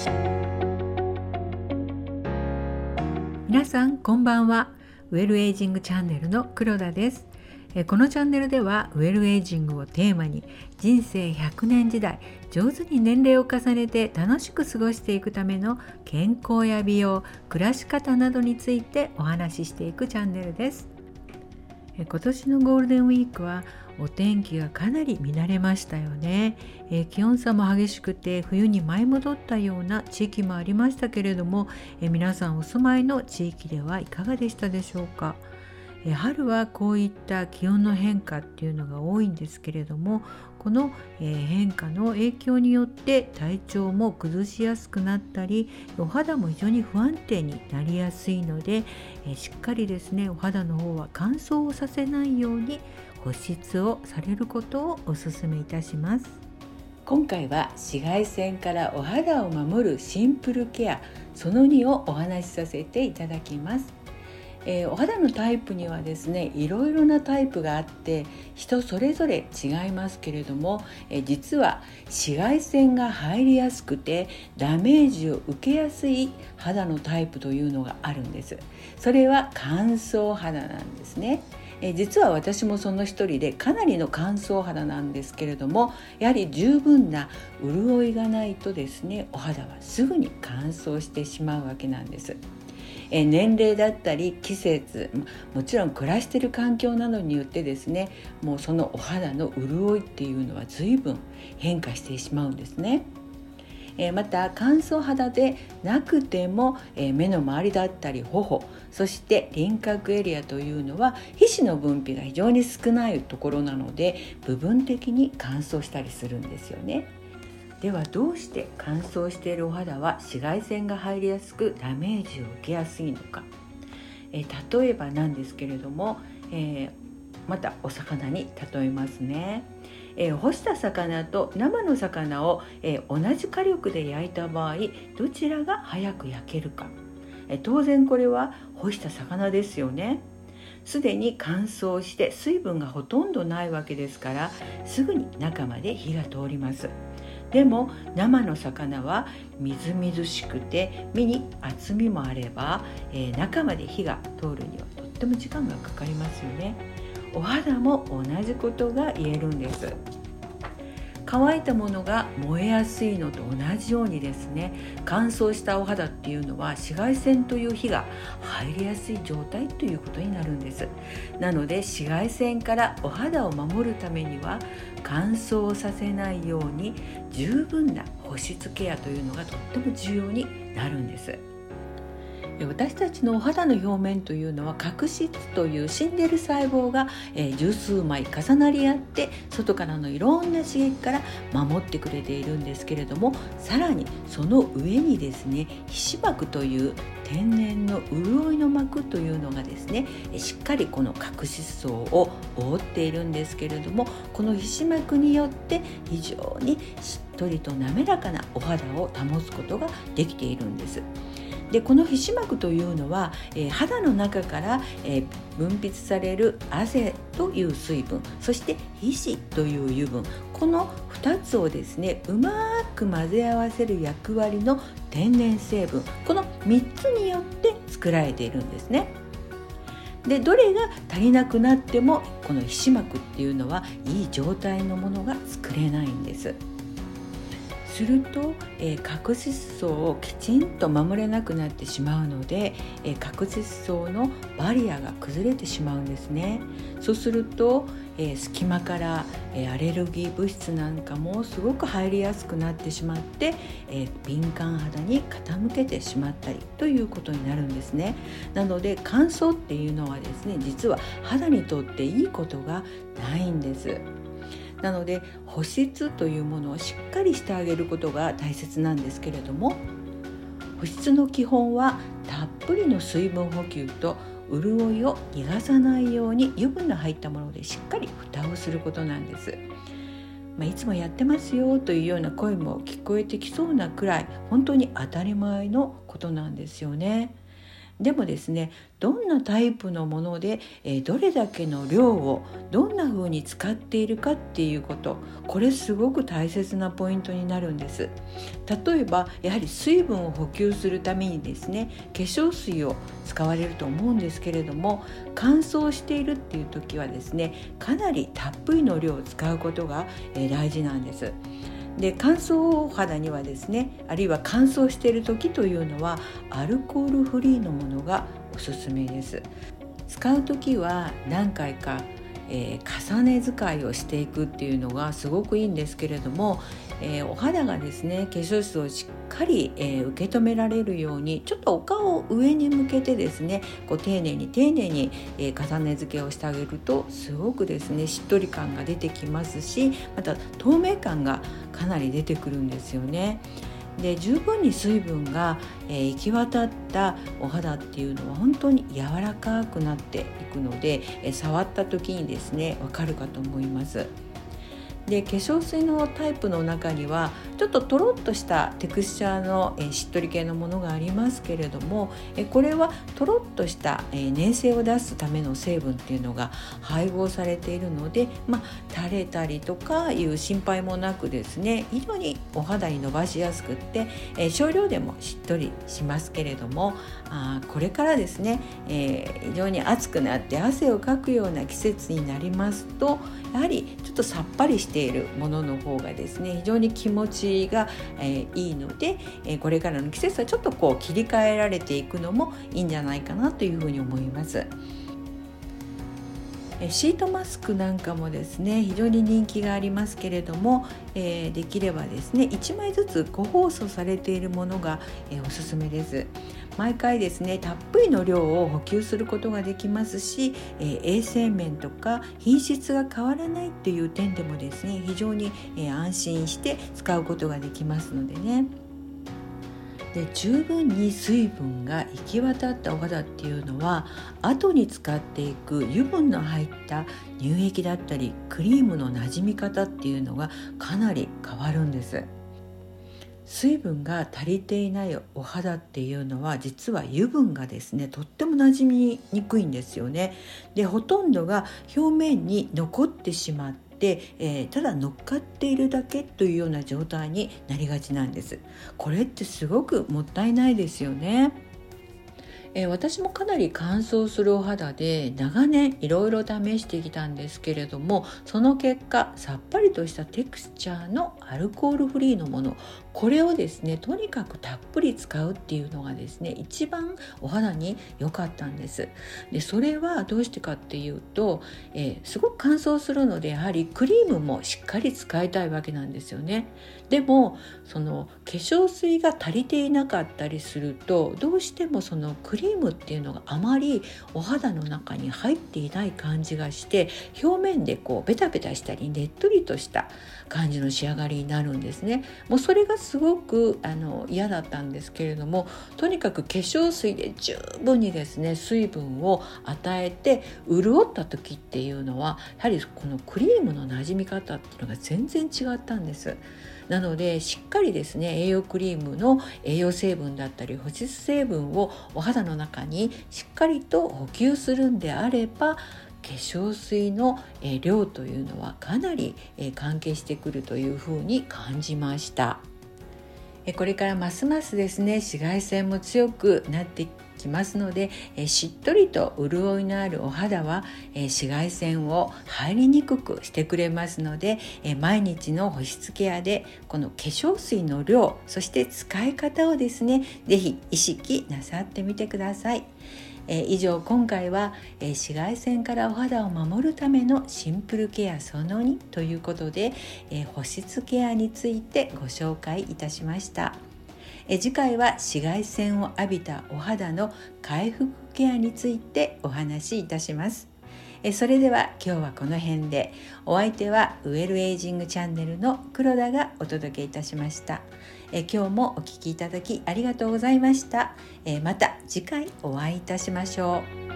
皆さんこんばんは。ウェルエイジングチャンネルの黒田です。このチャンネルではウェルエイジングをテーマに人生100年時代上手に年齢を重ねて楽しく過ごしていくための健康や美容、暮らし方などについてお話ししていくチャンネルです。今年のゴールデンウィークはお天気がかなり乱れましたよね。気温差も激しくて冬に舞い戻ったような地域もありましたけれども、皆さんお住まいの地域ではいかがでしたでしょうか。春はこういった気温の変化っていうのが多いんですけれども、この変化の影響によって体調も崩しやすくなったり、お肌も非常に不安定になりやすいので、しっかりですね、お肌の方は乾燥をさせないように保湿をされることをお勧めいたします。今回は紫外線からお肌を守るシンプルケアその2をお話しさせていただきます。お肌のタイプにはですね、いろいろなタイプがあって人それぞれ違いますけれども、実は紫外線が入りやすくてダメージを受けやすい肌のタイプというのがあるんです。それは乾燥肌なんですね。実は私もその一人でかなりの乾燥肌なんですけれども、やはり十分な潤いがないとですね、お肌はすぐに乾燥してしまうわけなんです。年齢だったり季節、もちろん暮らしている環境などによってですね、もうそのお肌の潤いっていうのは随分変化してしまうんですね。また乾燥肌でなくても、目の周りだったり頬、そして輪郭エリアというのは皮脂の分泌が非常に少ないところなので部分的に乾燥したりするんですよね。ではどうして乾燥しているお肌は紫外線が入りやすくダメージを受けやすいのか。例えばなんですけれども、またお魚に例えますね。干した魚と生の魚を、同じ火力で焼いた場合どちらが早く焼けるか。当然これは干した魚ですよね。すでに乾燥して水分がほとんどないわけですからすぐに中まで火が通ります。でも生の魚はみずみずしくて身に厚みもあれば、中まで火が通るにはとっても時間がかかりますよね。お肌も同じことが言えるんです。乾いたものが燃えやすいのと同じようにですね、乾燥したお肌っていうのは紫外線という火が入りやすい状態ということになるんです。なので紫外線からお肌を守るためには乾燥させないように十分な保湿ケアというのがとっても重要になるんです。私たちのお肌の表面というのは角質という死んでいる細胞が十数枚重なり合って外からのいろんな刺激から守ってくれているんですけれども、さらにその上にですね、皮脂膜という天然の潤いの膜というのがですね、しっかりこの角質層を覆っているんですけれども、この皮脂膜によって非常にしっとりと滑らかなお肌を保つことができているんです。でこの皮脂膜というのは、肌の中から、分泌される汗という水分、そして皮脂という油分、この2つをですねうまく混ぜ合わせる役割の天然成分、この3つによって作られているんですね。でどれが足りなくなってもこの皮脂膜っていうのはいい状態のものが作れないんです。すると、角質層をきちんと守れなくなってしまうので、角質層のバリアが崩れてしまうんですね。そうすると、隙間から、アレルギー物質なんかもすごく入りやすくなってしまって、敏感肌に傾けてしまったりということになるんですね。なので乾燥っていうのはですね、実は肌にとっていいことがないんです。なので保湿というものをしっかりしてあげることが大切なんですけれども、保湿の基本はたっぷりの水分補給と潤いを逃がさないように油分の入ったものでしっかり蓋をすることなんです。いつもやってますよというような声も聞こえてきそうなくらい本当に当たり前のことなんですよね。 でもですね、どんなタイプのもので、どれだけの量をどんな風に使っているかっていうこと、これすごく大切なポイントになるんです。例えばやはり水分を補給するためにですね、化粧水を使われると思うんですけれども、乾燥しているっていう時はですね、かなりたっぷりの量を使うことが、大事なんです。で、乾燥肌にはですね、あるいは乾燥している時というのはアルコールフリーのものがおすすめです。使う時は何回か、重ね使いをしていくっていうのがすごくいいんですけれども、お肌がですね、化粧水をしっかり、受け止められるように、ちょっとお顔を上に向けてですね、丁寧に重ね付けをしてあげるとすごくですね、しっとり感が出てきますし、また透明感がかなり出てくるんですよね。で、十分に水分が、行き渡ったお肌っていうのは本当に柔らかくなっていくので、触った時にですね、わかるかと思います。で、化粧水のタイプの中にはちょっととろっとしたテクスチャーの、しっとり系のものがありますけれども、これはとろっとした、粘性を出すための成分っていうのが配合されているので、垂れたりとかいう心配もなくですね、非常にお肌に伸ばしやすくって、少量でもしっとりしますけれども、これからですね、非常に暑くなって汗をかくような季節になりますと、やはりちょっとさっぱりしているものの方がですね、非常に気持ちが、いいので、これからの季節はちょっと切り替えられていくのもいいんじゃないかなというふうに思います。シートマスクなんかもですね、非常に人気がありますけれども、できればですね、1枚ずつ個包装されているものが、おすすめです。毎回ですね、たっぷりの量を補給することができますし、衛生面とか品質が変わらないっていう点でもですね、非常に、安心して使うことができますのでね。で、十分に水分が行き渡ったお肌っていうのは、後に使っていく油分の入った乳液だったりクリームの馴染み方っていうのがかなり変わるんです。水分が足りていないお肌っていうのは、実は油分がですね、とっても馴染みにくいんですよね。で、ほとんどが表面に残ってしまって、ただ乗っかっているだけというような状態になりがちなんです。これってすごくもったいないですよね。私もかなり乾燥するお肌で長年いろいろ試してきたんですけれども、その結果さっぱりとしたテクスチャーのアルコールフリーのもの、これをですね、とにかくたっぷり使うっていうのがですね、一番お肌に良かったんです。で、それはどうしてかっていうと、すごく乾燥するので、やはりクリームもしっかり使いたいわけなんですよね。でもその化粧水が足りていなかったりすると、どうしてもそのクリームっていうのがあまりお肌の中に入っていない感じがして、表面でベタベタしたりねっとりとした感じの仕上がりになるんですね。もうそれがすごく嫌だったんですけれども、とにかく化粧水で十分にですね、水分を与えて潤った時っていうのは、やはりこのクリームの馴染み方っていうのが全然違ったんです。なので、しっかりですね、栄養クリームの栄養成分だったり保湿成分をお肌の中にしっかりと補給するんであれば、化粧水の量というのはかなり関係してくるというふうに感じました。これからますますですね、紫外線も強くなってきますので、しっとりと潤いのあるお肌は紫外線を入りにくくしてくれますので、毎日の保湿ケアでこの化粧水の量、そして使い方をですね、ぜひ意識なさってみてください。以上、今回は紫外線からお肌を守るためのシンプルケアその2ということで、保湿ケアについてご紹介いたしました。次回は紫外線を浴びたお肌の回復ケアについてお話しいたします。それでは今日はこの辺で。お相手はウェルエイジングチャンネルの黒田がお届けいたしました。今日もお聞きいただきありがとうございました。また次回お会いいたしましょう。